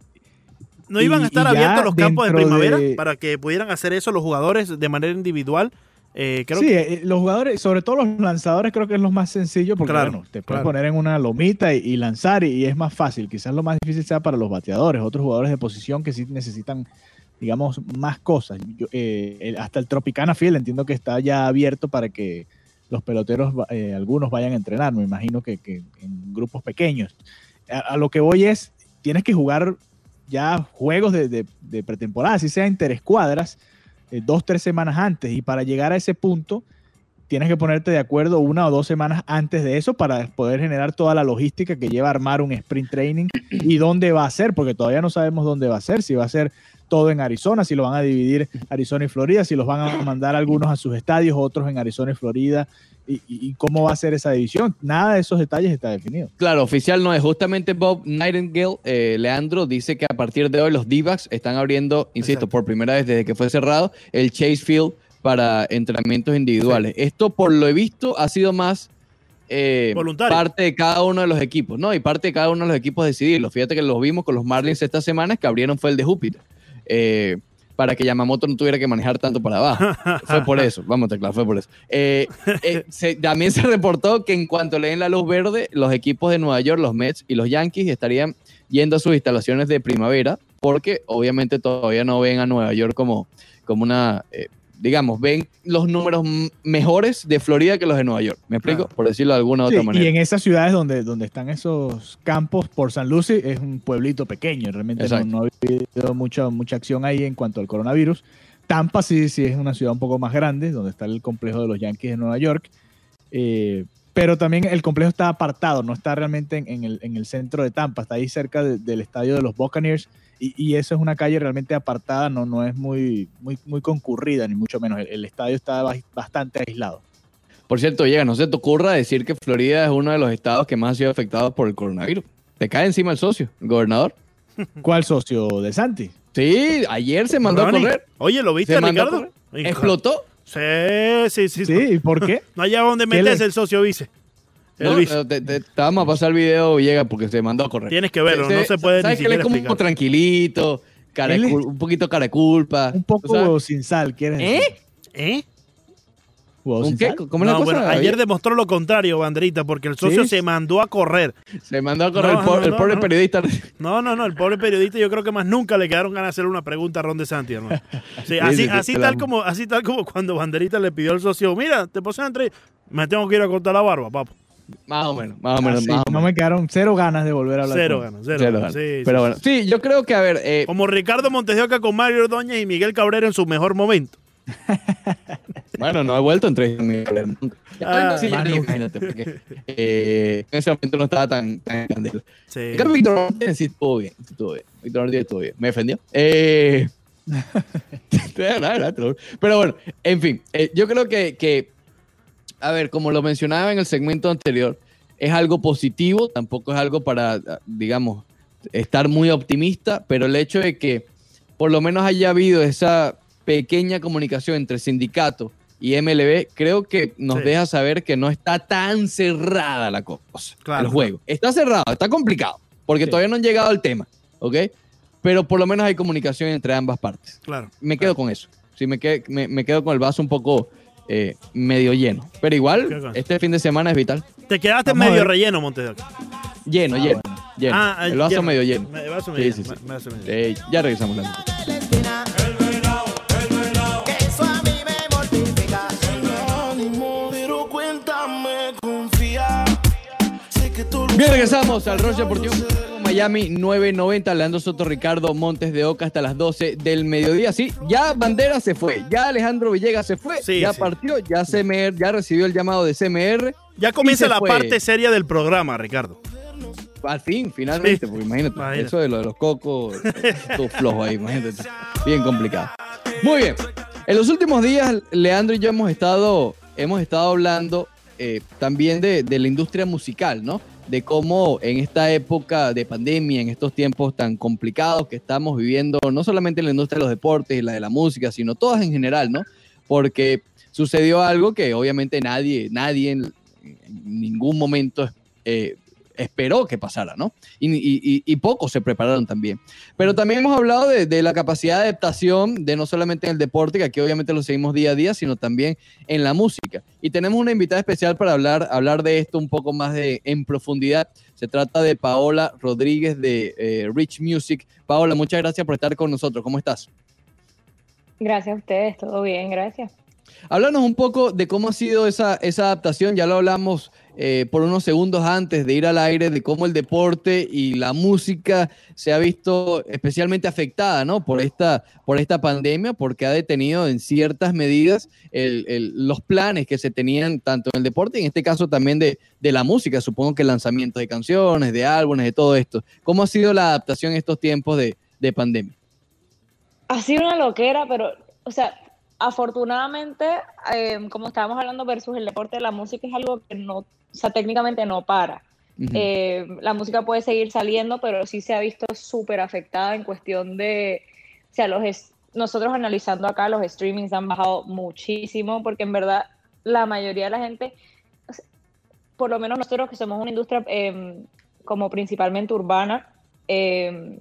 no iban
y-
a estar
y ya
abiertos los campos de
dentro
primavera
de-
para que pudieran hacer eso los jugadores de manera individual. Eh, creo
sí,
que
eh, los jugadores, sobre todo los lanzadores, creo que es lo más sencillo porque
Claro,
bueno, te puedes
claro.
poner en una lomita y, y lanzar y, y es más fácil. Quizás lo más difícil sea para los bateadores, otros jugadores de posición que sí necesitan, digamos, más cosas. Yo, eh, el- hasta el Tropicana Field entiendo que está ya abierto para que los peloteros, eh, algunos vayan a entrenar, me imagino que, que en grupos pequeños. A, a lo que voy es, tienes que jugar ya juegos de, de- de pretemporada, así sea interescuadras, eh, dos, tres semanas antes. Y para llegar a ese punto, tienes que ponerte de acuerdo una o dos semanas antes de eso para poder generar toda la logística que lleva a armar un sprint training y dónde va a ser, porque todavía no sabemos dónde va a ser, si va a ser todo en Arizona, si lo van a dividir Arizona y Florida, si los van a mandar algunos a sus estadios, otros en Arizona y Florida, y, y- y cómo va a ser esa división. Nada de esos detalles está definido.
Claro, oficial no es. Justamente Bob Nightingale, eh, Leandro, dice que a partir de hoy los D-backs están abriendo, insisto,
Exacto.
por primera vez desde que fue cerrado, el Chase Field para entrenamientos individuales. Esto, por lo he visto, ha sido más eh,
Voluntario.
parte de cada uno de los equipos, ¿no? Y parte de cada uno de los equipos decidirlo. Fíjate que los vimos con los Marlins esta semana, que abrieron fue el de Júpiter. Eh, para que Yamamoto no tuviera que manejar tanto para abajo. Fue por eso, vamos a estar claro, fue por eso. Eh, eh, se- también se reportó que en cuanto le den la luz verde, los equipos de Nueva York, los Mets y los Yankees estarían yendo a sus instalaciones de primavera, porque obviamente todavía no ven a Nueva York como, como una, eh, digamos, ven los números m- mejores de Florida que los de Nueva York. ¿Me explico?
Claro.
Por decirlo de alguna
Sí,
otra manera.
y en esas ciudades donde, donde están esos campos, por San Lucie es un pueblito pequeño, realmente no,
Exacto.
no ha habido mucha, mucha acción ahí en cuanto al coronavirus. Tampa sí, sí es una ciudad un poco más grande, donde está el complejo de los Yankees de Nueva York, eh, pero también el complejo está apartado, no está realmente en, en el, en el centro de Tampa, está ahí cerca de- del estadio de los Buccaneers, y, y eso es una calle realmente apartada, no, no es muy, muy, muy concurrida, ni mucho menos. El, el estadio está ba- bastante aislado.
Por cierto, llega, no se te ocurra decir que Florida es uno de los estados que más ha sido afectado por el coronavirus. Te cae encima el socio, el gobernador.
¿Cuál socio de Santi?
Sí, ayer se mandó
Ronnie,
a correr.
Oye, ¿lo viste,
Se mandó a
Ricardo?
correr. Explotó.
Sí, sí, sí.
Sí, ¿y por qué?
No haya donde
¿Qué
metes
le-
el socio vice. El
No,
vice.
pero te, te- te vamos a pasar el video, Llega, porque se mandó a correr.
Tienes que verlo, no se puede
¿sabes
ni
que él es
siquiera
como
explicar.
tranquilito, cara de
Él es-
cul- un poquito cara de culpa?
Un
¿tú sabes?
poco sin sal, ¿quieres decir?
¿Eh?
¿Eh?
Jugó
¿Un
sin
qué?
sal.
¿Cómo es la
No,
cosa?
bueno, ayer demostró lo contrario, Banderita, porque el socio
¿Sí?
se mandó a correr.
Se mandó a correr
No,
el, po-
no,
el
no,
pobre
no.
periodista.
No, no, no, el pobre periodista yo creo que más nunca le quedaron ganas de hacerle una pregunta a Ron DeSantis, hermano. Sí, así,
sí, sí,
así,
te
tal
la-
como, así tal como cuando Banderita le pidió al socio, mira, te poseen entre, me tengo que ir a cortar la barba, papo.
Más o menos, más o menos.
Así,
más o
no
menos.
me quedaron cero ganas de volver a hablar.
Cero
con él.
ganas, cero,
Cero
ganas.
ganas.
Sí,
Pero
sí,
bueno,
sí.
sí, yo creo que, a ver, eh,
Como Ricardo Montes de Oca con Mario Ordóñez y Miguel Cabrera en su mejor momento.
bueno, no he vuelto a entrevistar a Miguel Cabrera nunca.
Ah,
sí, ya
más
ni,
nunca.
imagínate, porque eh, en ese momento no estaba tan, tan en candela.
Sí.
En cambio, Víctor Martínez sí estuvo bien, sí estuvo bien. Víctor Martínez estuvo bien. Me defendió. Eh, te da nada, nada, te lo juro. Pero bueno, en fin, eh, yo creo que, que, a ver, como lo mencionaba en el segmento anterior, es algo positivo, tampoco es algo para, digamos, estar muy optimista, pero el hecho de que por lo menos haya habido esa pequeña comunicación entre sindicato y M L B, creo que nos
Sí.
deja saber que no está tan cerrada la cosa,
Claro,
el juego. Está cerrado, está complicado, porque
Sí.
todavía no han llegado al tema, ¿ok? Pero por lo menos hay comunicación entre ambas partes.
Claro.
Me quedo con eso. Sí, me, qued- me, me quedo con el vaso un poco eh, medio lleno. Pero
Qué
igual,
cosa.
este fin de semana es vital.
Te quedaste
Vamos a
medio
ver.
relleno, Montes de Oca.
Lleno,
Ah,
lleno,
bueno.
lleno.
Ah,
el vaso
lleno.
medio lleno.
El vaso
Sí,
medio
sí,
lleno.
sí.
el vaso medio lleno.
Eh, ya regresamos. la nota.
Que eso a mí me mortifica. Ánimo, pero cuéntame, confía. Sé que tú lo
Bien, regresamos al Roche Deportivo Miami nueve noventa. Leandro Soto, Ricardo Montes de Oca hasta las doce del mediodía. Sí, ya Bandera se fue, ya Alejandro Villegas se fue,
Sí,
ya
sí.
partió, ya C M R, ya recibió el llamado de C M R.
Ya comienza
Y se
la
fue.
parte seria del programa, Ricardo.
Al fin, finalmente,
Sí.
porque imagínate,
Imagínate.
eso de lo de los cocos, todo flojo ahí, imagínate, bien complicado. Muy bien, en los últimos días, Leandro y yo hemos estado, hemos estado hablando eh, también de, de la industria musical, ¿no? De cómo en esta época de pandemia, en estos tiempos tan complicados que estamos viviendo, no solamente en la industria de los deportes y la de la música, sino todas en general, ¿no? Porque sucedió algo que obviamente nadie, nadie en, en ningún momento eh, esperó que pasara, ¿no? Y, y, y pocos se prepararon también. Pero también hemos hablado de, de la capacidad de adaptación, de no solamente en el deporte, que aquí obviamente lo seguimos día a día, sino también en la música. Y tenemos una invitada especial para hablar, hablar de esto un poco más de, en profundidad. Se trata de Paola Rodríguez de eh, Rich Music. Paola, muchas gracias por estar con nosotros. ¿Cómo estás?
Gracias a ustedes, todo bien, gracias.
Háblanos un poco de cómo ha sido esa, esa adaptación. Ya lo hablamos eh, por unos segundos antes de ir al aire, de cómo el deporte y la música se ha visto especialmente afectada, ¿no? Por esta, por esta pandemia, porque ha detenido en ciertas medidas el, el, los planes que se tenían tanto en el deporte y en este caso también de, de la música. Supongo que el lanzamiento de canciones, de álbumes, de todo esto. ¿Cómo ha sido la adaptación en estos tiempos de, de pandemia?
Ha sido una loquera, pero, o sea, afortunadamente, eh, como estábamos hablando versus el deporte, la música es algo que no, o sea, técnicamente no para.
Uh-huh.
Eh, la música puede seguir saliendo, pero sí se ha visto súper afectada en cuestión de, o sea, los es, nosotros analizando acá, los streamings han bajado muchísimo, porque en verdad la mayoría de la gente, o sea, por lo menos nosotros que somos una industria eh, como principalmente urbana, eh,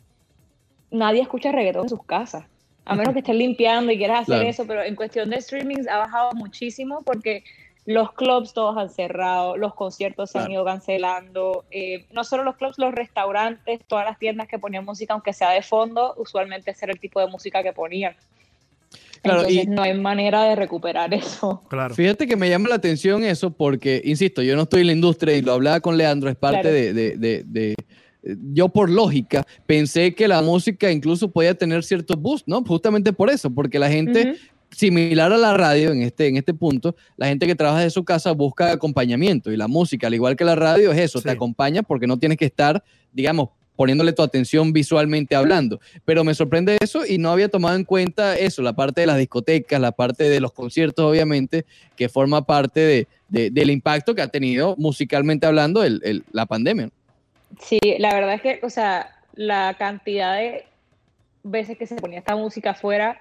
nadie escucha reggaetón en sus casas. A menos que estés limpiando y quieras hacer
Claro.
eso, pero en cuestión de streamings ha bajado muchísimo porque los clubs todos han cerrado, los conciertos se han
Claro.
ido cancelando, eh, no solo los clubs, los restaurantes, todas las tiendas que ponían música, aunque sea de fondo, usualmente ese era el tipo de música que ponían.
Claro,
Entonces
y-
no hay manera de recuperar eso.
Claro.
Fíjate que me llama la atención eso porque, insisto, yo no estoy en la industria y lo hablaba con Leandro, es parte
Claro.
de, de- de- de- Yo por lógica pensé que la música incluso podía tener cierto boost, ¿no? Justamente por eso, porque la gente,
Ujú.
similar a la radio en este, en este punto, la gente que trabaja de su casa busca acompañamiento y la música, al igual que la radio, es eso,
Sí.
te acompaña porque no tienes que estar, digamos, poniéndole tu atención visualmente hablando. Pero me sorprende eso y no había tomado en cuenta eso, la parte de las discotecas, la parte de los conciertos, obviamente, que forma parte de, de- del impacto que ha tenido musicalmente hablando el- el- la pandemia.
Sí, la verdad es que, o sea, la cantidad de veces que se ponía esta música afuera,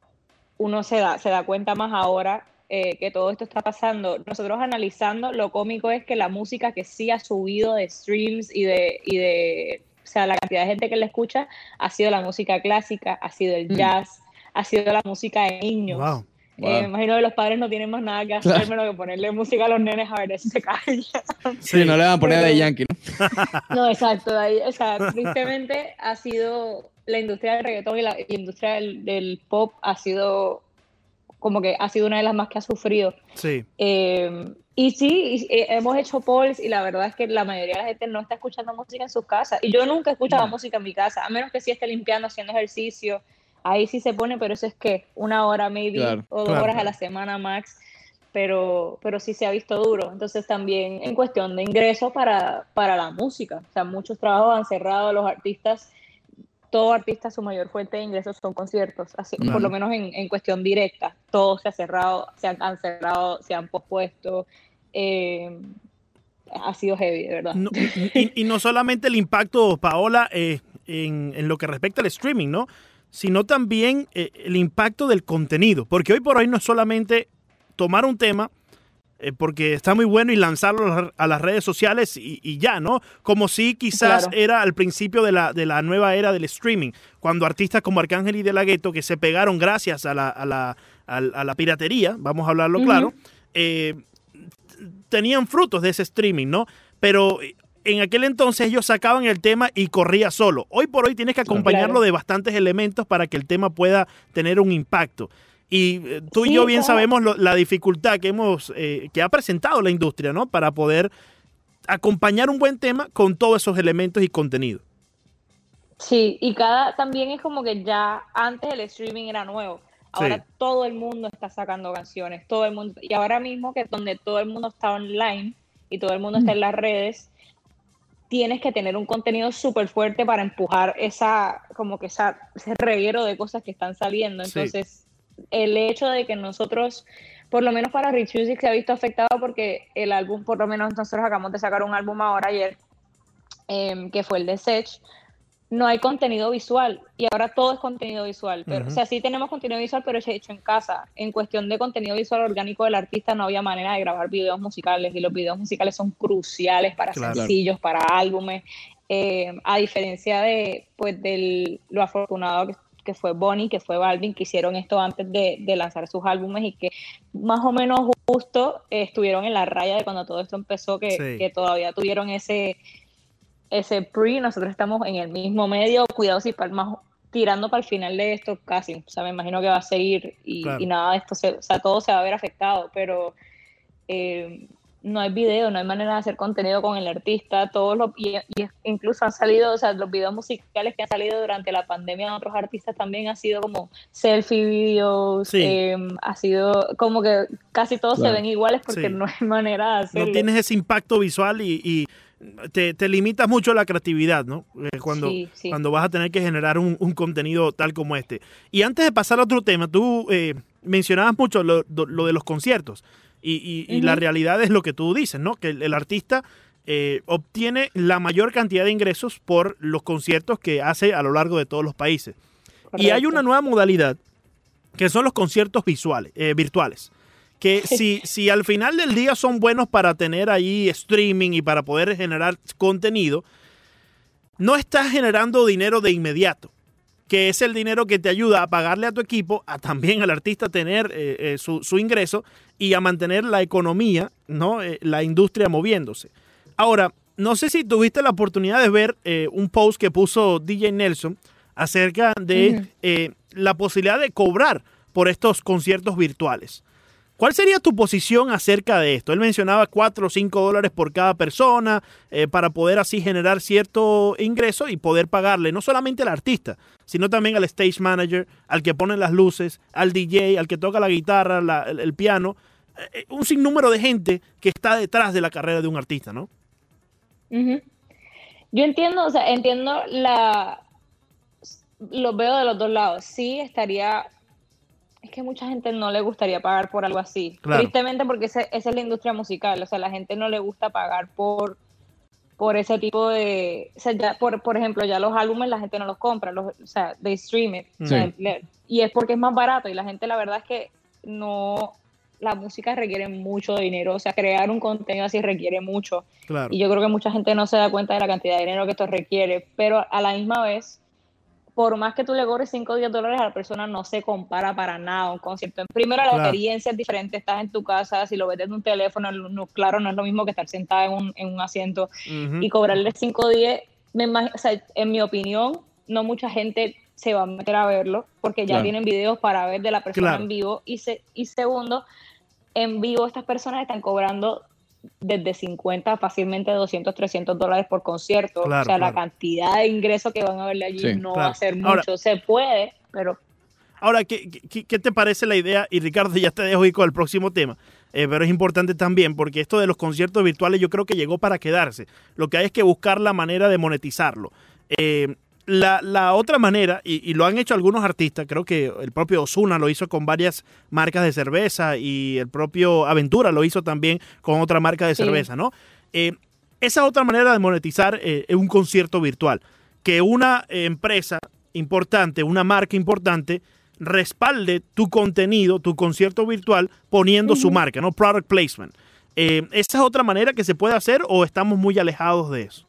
uno se da, se da cuenta más ahora eh, que todo esto está pasando. Nosotros analizando, lo cómico es que la música que sí ha subido de streams y de, y de, o sea, la cantidad de gente que la escucha, ha sido la música clásica, ha sido el
Mm.
jazz, ha sido la música de niños.
Wow.
Wow.
Eh, me imagino que los padres no tienen más nada que hacer
Claro.
menos que ponerle música a los nenes a ver si se callan.
Sí, no le van a poner
Pero-
de Yankee, ¿no?
No, exacto. Ahí, o sea, tristemente ha sido la industria del reggaetón y la, y la industria del, del pop ha sido como que ha sido una de las más que ha sufrido.
Sí.
Eh, y sí, y, eh, hemos hecho polls y la verdad es que la mayoría de la gente no está escuchando música en sus casas. Y yo nunca he escuchado música en mi casa, a menos que sí esté limpiando, haciendo ejercicio. Ahí sí se pone, pero eso es que una hora maybe
Claro,
o dos
claro,
horas
claro.
a la semana max. Pero, pero sí se ha visto duro. Entonces también en cuestión de ingresos para, para la música. O sea, muchos trabajos han cerrado, los artistas, todo artista su mayor fuente de ingresos son conciertos, así,
Claro.
por lo menos en, en cuestión directa. Todo se ha cerrado, se han, han cerrado, se han pospuesto. Eh, ha sido heavy, de verdad.
No, y, y no solamente el impacto, Paola, eh, en, en lo que respecta al streaming, ¿no? Sino también eh, el impacto del contenido. Porque hoy por hoy no es solamente tomar un tema eh, porque está muy bueno y lanzarlo a la- a las redes sociales y, y ya, ¿no? Como si quizás
Claro.
era al principio de la, de la nueva era del streaming, cuando artistas como Arcángel y De La Ghetto, que se pegaron gracias a la, a la, a la- a la piratería, vamos a hablarlo
Ujú.
claro, eh, tenían frutos de ese streaming, ¿no? Pero en aquel entonces ellos sacaban el tema y corría solo. Hoy por hoy tienes que acompañarlo
Claro.
de bastantes elementos para que el tema pueda tener un impacto. Y eh, tú y
Sí,
yo bien
claro.
sabemos lo- la dificultad que hemos eh, que ha presentado la industria, ¿no? Para poder acompañar un buen tema con todos esos elementos y contenido.
Sí, y cada también es como que ya antes el streaming era nuevo. Ahora
Sí.
todo el mundo está sacando canciones, todo el mundo, y ahora mismo que es donde todo el mundo está online y todo el mundo está en las redes, tienes que tener un contenido súper fuerte para empujar esa, como que esa, ese reguero de cosas que están saliendo.
Sí.
Entonces, el hecho de que nosotros, por lo menos para Rich Music se ha visto afectado porque el álbum, por lo menos nosotros acabamos de sacar un álbum ahora ayer, em, que fue el de Sech, no hay contenido visual y ahora todo es contenido visual. Pero,
Ujú.
O sea, sí tenemos contenido visual, pero es hecho en casa. En cuestión de contenido visual orgánico del artista no había manera de grabar videos musicales y los videos musicales son cruciales para
Claro.
sencillos, para álbumes, eh, a diferencia de pues del lo afortunado que, que fue Bonnie, que fue Balvin, que hicieron esto antes de, de lanzar sus álbumes y que más o menos justo eh, estuvieron en la raya de cuando todo esto empezó, que,
Sí.
que todavía tuvieron ese ese pre, nosotros estamos en el mismo medio, cuidado si para más tirando para el final de esto casi, o sea, me imagino que va a seguir y,
Claro.
y nada de esto, se, o sea, todo se va a ver afectado, pero eh, no hay video, no hay manera de hacer contenido con el artista, todos los, y, y incluso han salido, o sea, los videos musicales que han salido durante la pandemia de otros artistas también ha sido como selfie videos,
Sí.
eh, ha sido como que casi todos
Claro.
se ven iguales porque
Sí.
no hay manera de hacerlo.
No tienes ese impacto visual y, y te, te limitas mucho la creatividad, ¿no? Eh, Cuando,
Sí, sí.
cuando vas a tener que generar un, un contenido tal como este. Y antes de pasar a otro tema, tú eh, mencionabas mucho lo, lo de los conciertos. Y, y- y la
Ujú.
realidad es lo que tú dices, ¿no? Que el, el artista eh, obtiene la mayor cantidad de ingresos por los conciertos que hace a lo largo de todos los países. Y hay
Correcto.
una nueva modalidad que son los conciertos visuales, eh, virtuales. Que si, si al final del día son buenos para tener ahí streaming y para poder generar contenido, no estás generando dinero de inmediato, que es el dinero que te ayuda a pagarle a tu equipo, a también al artista tener eh, eh, su, su ingreso y a mantener la economía, ¿no? Eh, la industria moviéndose. Ahora, no sé si tuviste la oportunidad de ver eh, un post que puso D J Nelson acerca de
Ujú.
eh, la posibilidad de cobrar por estos conciertos virtuales. ¿Cuál sería tu posición acerca de esto? Él mencionaba cuatro o cinco dólares por cada persona eh, para poder así generar cierto ingreso y poder pagarle no solamente al artista, sino también al stage manager, al que pone las luces, al D J, al que toca la guitarra, la- el, el piano, eh, un sinnúmero de gente que está detrás de la carrera de un artista, ¿no?
Ujú. Yo entiendo, o sea, entiendo la, lo veo de los dos lados. Sí, estaría, es que a mucha gente no le gustaría pagar por algo así.
Claro.
Tristemente porque ese- esa es la industria musical, o sea, la gente no le gusta pagar por, por ese tipo de, o sea, ya, por, por ejemplo, ya los álbumes la gente no los compra, los, o sea, they stream it. O sea,
Sí.
le- y es porque es más barato y la gente la verdad es que no, la música requiere mucho dinero, o sea, crear un contenido así requiere mucho.
Claro.
Y yo creo que mucha gente no se da cuenta de la cantidad de dinero que esto requiere, pero a la misma vez, por más que tú le cobres cinco o diez dólares a la persona, no se compara para nada a un concierto. Primero, la
Claro.
experiencia es diferente, estás en tu casa, si lo ves desde un teléfono, no, claro, no es lo mismo que estar sentada en un, en un asiento
Ujú.
y cobrarle cinco o diez, me imag- o sea, en mi opinión, no mucha gente se va a meter a verlo, porque ya
Claro.
tienen videos para ver de la persona
Claro.
en vivo, y, se, y segundo, en vivo estas personas están cobrando desde cincuenta, fácilmente doscientos, trescientos dólares por concierto.
Claro,
o sea,
claro.
la cantidad de ingresos que van a verle allí
Sí,
no
claro.
va a ser mucho.
Ahora-
Se puede, pero
Ahora, ¿qué, qué, qué te parece la idea? Y Ricardo, ya te dejo ir con el próximo tema, eh, pero es importante también porque esto de los conciertos virtuales yo creo que llegó para quedarse. Lo que hay es que buscar la manera de monetizarlo. Eh, la, la otra manera, y, y lo han hecho algunos artistas, creo que el propio Ozuna lo hizo con varias marcas de cerveza y el propio Aventura lo hizo también con otra marca de
Sí.
cerveza, ¿no? Eh, esa otra manera de monetizar eh, es un concierto virtual. Que una eh, empresa importante, una marca importante, respalde tu contenido, tu concierto virtual, poniendo su marca, ¿no? Product placement. Eh, ¿Esa es otra manera que se puede hacer o estamos muy alejados de eso?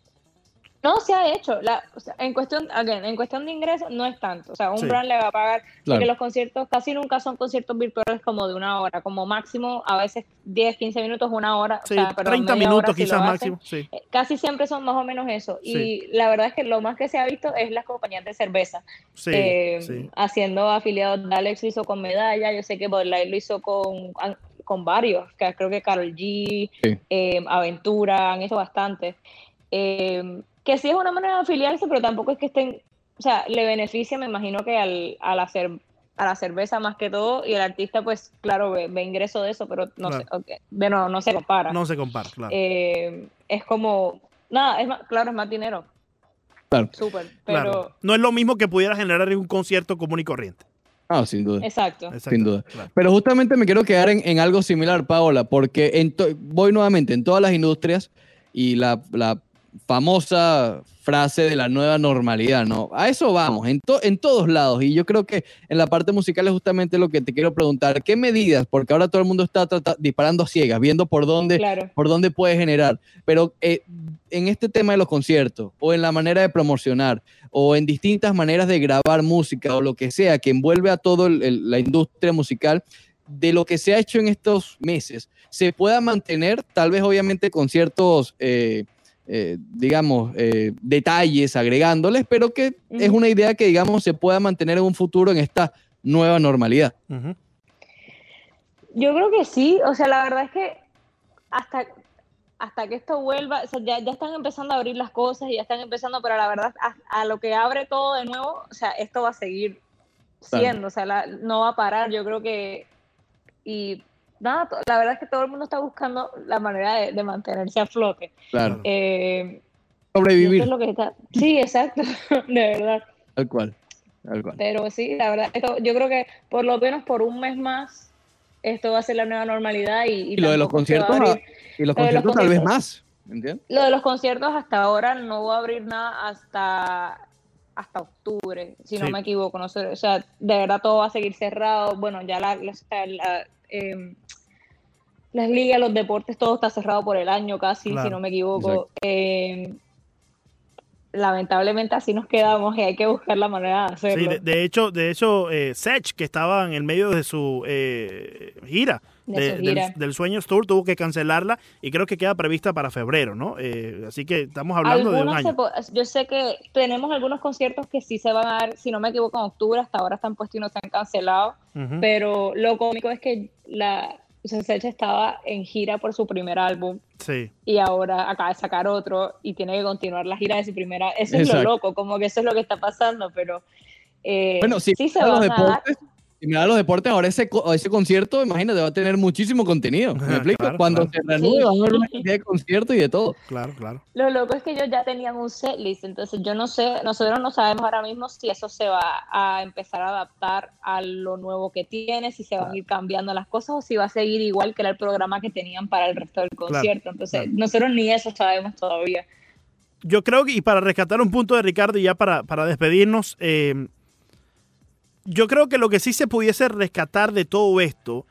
no se ha hecho. La, o sea, en cuestión, again, en cuestión de ingresos no es tanto. O sea, un
Sí.
brand le va a pagar,
Claro.
porque los conciertos casi nunca son conciertos virtuales como de una hora, como máximo a veces diez, quince minutos, una hora.
Sí,
o sea, perdón,
treinta
media
minutos
hora si
quizás
lo hacen.
máximo. Sí.
Eh, Casi siempre son más o menos eso.
Sí.
Y la verdad es que lo más que se ha visto es las compañías de cerveza.
Sí,
eh,
sí.
haciendo afiliados. Alex lo hizo con Medalla, yo sé que Bud Light lo hizo con, con varios, que creo que Karol G,
Sí.
eh, Aventura, han hecho bastante. Eh, que sí es una manera de afiliarse, pero tampoco es que estén, o sea, le beneficia, me imagino que al, al hacer a la cerveza más que todo, y el artista pues claro ve, ve ingreso de eso, pero no
Claro.
sé, okay, de nuevo, no se compara.
No se compara, claro.
Eh, es como, nada, es más, claro, es más dinero.
Claro.
Súper, pero
Claro. No es lo mismo que pudiera generar en un concierto común y corriente.
Ah, sin duda.
exacto.
Exacto,
Sin duda.
claro.
Pero justamente me quiero quedar en, en algo similar, Paola, porque en to- voy nuevamente en todas las industrias y la, la famosa frase de la nueva normalidad, ¿no? A eso vamos, en, to- en todos lados. Y yo creo que en la parte musical es justamente lo que te quiero preguntar. ¿Qué medidas? Porque ahora todo el mundo está trata- disparando a ciegas, viendo por dónde,
Claro.
por dónde puede generar. Pero eh, en este tema de los conciertos, o en la manera de promocionar, o en distintas maneras de grabar música, o lo que sea, que envuelve a toda la industria musical, de lo que se ha hecho en estos meses, se pueda mantener, tal vez obviamente con ciertos, eh, eh, digamos, eh, detalles agregándoles, pero que
Ujú.
es una idea que, digamos, se pueda mantener en un futuro en esta nueva normalidad.
Ujú.
Yo creo que sí, o sea, la verdad es que hasta, hasta que esto vuelva, o sea, ya, ya están empezando a abrir las cosas y ya están empezando, pero la verdad, a, a lo que abre todo de nuevo, o sea, esto va a seguir
Claro.
siendo, o sea, la- no va a parar, yo creo que, y nada, to- la verdad es que todo el mundo está buscando la manera de, de mantenerse a flote.
Claro.
Eh, y esto
Sobrevivir,
es lo que está, sí, exacto, de verdad.
tal cual. Tal cual.
Pero sí, la verdad, esto, yo creo que por lo menos por un mes más, esto va a ser la nueva normalidad y, y
Y lo de los
tampoco se va a
conciertos,
abrir-
ah, y los
lo de los
conciertos tal vez
conciertos.
más, ¿entiendes?
Lo de los conciertos hasta ahora no va a abrir nada hasta, hasta octubre, si no
Sí.
me equivoco. No sé, o sea, de verdad todo va a seguir cerrado. Bueno, ya la, la- la, eh, las ligas, los deportes, todo está cerrado por el año casi,
Claro,
si no me equivoco. Eh, lamentablemente así nos quedamos y hay que buscar la manera de
Sí,
hacerlo.
de, de hecho, de hecho eh, Sech, que estaba en el medio de su eh, gira,
De
de-
su gira.
Del, del Sueños Tour, tuvo que cancelarla y creo que queda prevista para febrero, ¿no? Eh, así que estamos hablando de un
Algunas se
año.
po- yo sé que tenemos algunos conciertos que sí se van a dar, si no me equivoco, en octubre, hasta ahora están puestos y no se han cancelado,
Ujú.
pero lo cómico es que la Sech estaba en gira por su primer álbum
Sí,
y ahora acaba de sacar otro y tiene que continuar la gira de su primera. Eso es
Exacto.
lo loco, como que eso es lo que está pasando, pero eh,
Bueno, si
sí se
me da
van
los
a dar.
deportes, si me da los deportes, ahora ese, co- ese concierto, imagínate, va a tener muchísimo contenido. ¿Me explico?
Claro,
Cuando
claro.
se reanude,
Sí.
van a haber una cantidad de conciertos y de todo.
claro, claro.
Lo loco es que ellos ya tenían un setlist, entonces yo no sé, nosotros no sabemos ahora mismo si eso se va a empezar a adaptar a lo nuevo que tiene, si se van a ir cambiando las cosas o si va a seguir igual que era el programa que tenían para el resto del concierto. Entonces,
claro.
nosotros ni eso sabemos todavía.
Yo creo que, y para rescatar un punto de Ricardo y ya para, para despedirnos, eh, yo creo que lo que sí se pudiese rescatar de todo esto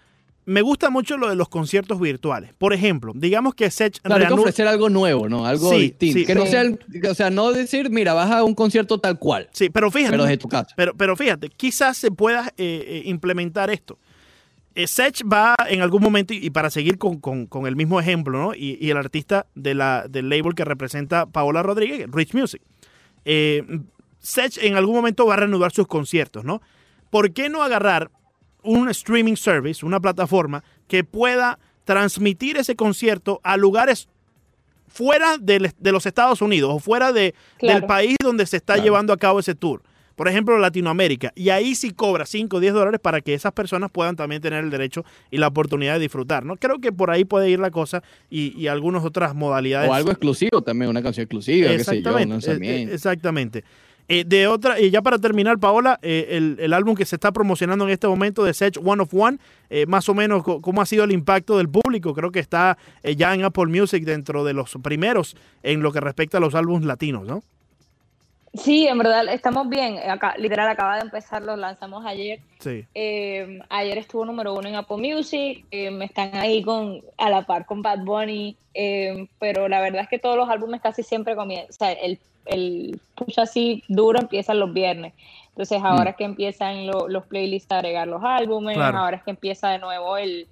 me gusta mucho lo de los conciertos virtuales. Por ejemplo, digamos que Sech
Claro, hay que
reanuda-
ofrecer algo nuevo, ¿no? Algo
Sí,
distinto.
sí,
que no
sí.
sea, el- o sea, no decir, mira, vas a un concierto tal cual,
Sí, pero fíjate.
pero desde tu casa.
Pero, pero fíjate, quizás se pueda eh, eh, implementar esto. Eh, Sech va en algún momento, y, y para seguir con, con- con el mismo ejemplo, ¿no? Y, y el artista de la, del label que representa Paola Rodríguez, Rich Music. Eh, Sech en algún momento va a reanudar sus conciertos, ¿no? ¿Por qué no agarrar un streaming service, una plataforma que pueda transmitir ese concierto a lugares fuera del- de, los Estados Unidos o fuera de,
Claro.
del país donde se está
Claro.
llevando a cabo ese tour? Por ejemplo, Latinoamérica. Y ahí sí cobra cinco o diez dólares para que esas personas puedan también tener el derecho y la oportunidad de disfrutar, ¿no? Creo que por ahí puede ir la cosa y, y algunas otras modalidades.
O algo exclusivo también, una canción exclusiva, qué sé yo, un
Exactamente, eh,
lanzamiento.
eh, exactamente. Eh, de otra, y ya para terminar, Paola, eh, el, el álbum que se está promocionando en este momento de Sech One of One, eh, más o menos co- cómo ha sido el impacto del público. Creo que está eh, ya en Apple Music dentro de los primeros en lo que respecta a los álbumes latinos, ¿no?
Sí, en verdad estamos bien. Acá, literal, acaba de empezar, los lanzamos ayer.
Sí.
Eh, ayer estuvo número uno en Apple Music. Eh, están ahí con, a la par con Bad Bunny. Eh, pero la verdad es que todos los álbumes casi siempre comienzan. O sea, el, el push así duro empiezan los viernes. Entonces, ahora
Mm.
es que empiezan lo- los playlists a agregar los álbumes.
Claro.
Ahora es que empieza de nuevo el,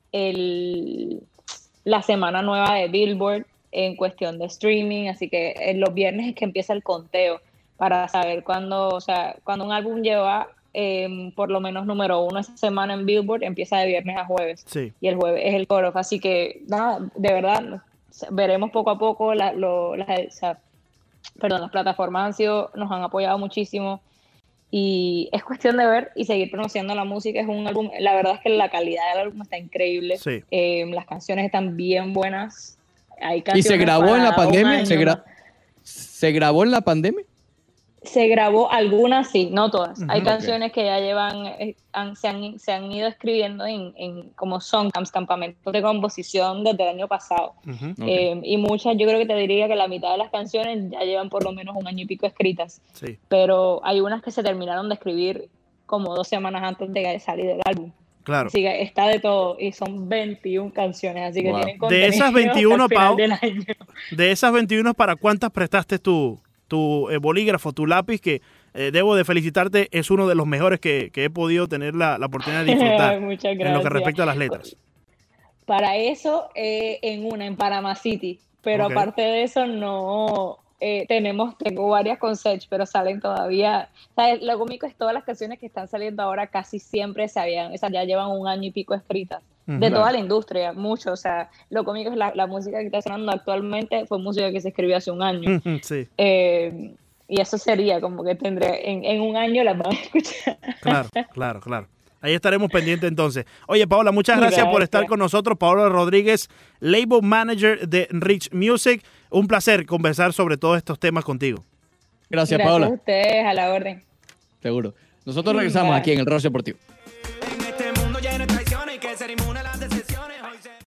el, la semana nueva de Billboard en cuestión de streaming. Así que eh, los viernes es que empieza el conteo para saber cuándo, o sea, cuando un álbum lleva eh, por lo menos número uno esa semana en Billboard, empieza de viernes a jueves.
Sí.
Y el jueves es el cut-off. Así que, nada, de verdad, veremos poco a poco. La, lo, las, o sea, perdón, las plataformas han sido, nos han apoyado muchísimo. Y es cuestión de ver y seguir pronunciando la música. Es un álbum, la verdad es que la calidad del álbum está increíble.
Sí.
Eh, las canciones están bien buenas. Hay
¿Y se
canciones
grabó en la
para un
pandemia? ¿Se,
año
gra-
más.
¿Se grabó en la pandemia?
Se grabó algunas, sí, no todas.
Ujú.
Hay
Ok.
canciones que ya llevan, eh, han- se, han, se han ido escribiendo en, en como songcamps, campamentos de composición desde el año pasado.
Ujú.
Ok.
Eh, y muchas, yo creo que te diría que la mitad de las canciones ya llevan por lo menos un año y pico escritas.
Sí.
Pero hay unas que se terminaron de escribir como dos semanas antes de salir del álbum.
Claro.
Así que está de todo y son veintiuna canciones, así que
Wow.
tienen
De
contenido
esas
hasta el
veintiuna,
final
Pau,
del año.
De esas veintiuna, ¿para cuántas prestaste tu, tu eh, bolígrafo, tu lápiz? Que eh, debo de felicitarte, es uno de los mejores que, que he podido tener la, la oportunidad de disfrutar
Ay, muchas
en lo que
gracias.
respecta a las letras.
Para eso, eh, en una, en Panama City. Pero
Ok.
aparte de eso, no eh, tenemos, tengo varias con Sech, pero salen todavía. ¿Sabes? Lo cómico es todas las canciones que están saliendo ahora casi siempre se habían, o sea, ya llevan un año y pico escritas.
Ujú.
De toda
Claro.
la industria, mucho. O sea, lo cómico es la, la música que está sonando actualmente fue música que se escribió hace un año.
Sí,
Eh, y eso sería como que tendré, en, en un año las van a escuchar.
claro, claro, claro. Ahí estaremos pendientes entonces. Oye, Paola, muchas gracias, por
Gracias.
estar con nosotros. Paola Rodríguez, Label Manager de Rich Music. Un placer conversar sobre todos estos temas contigo.
Gracias,
Gracias
Paola.
a ustedes, a la orden.
Seguro. Nosotros regresamos
Bye.
aquí en el Rol Deportivo.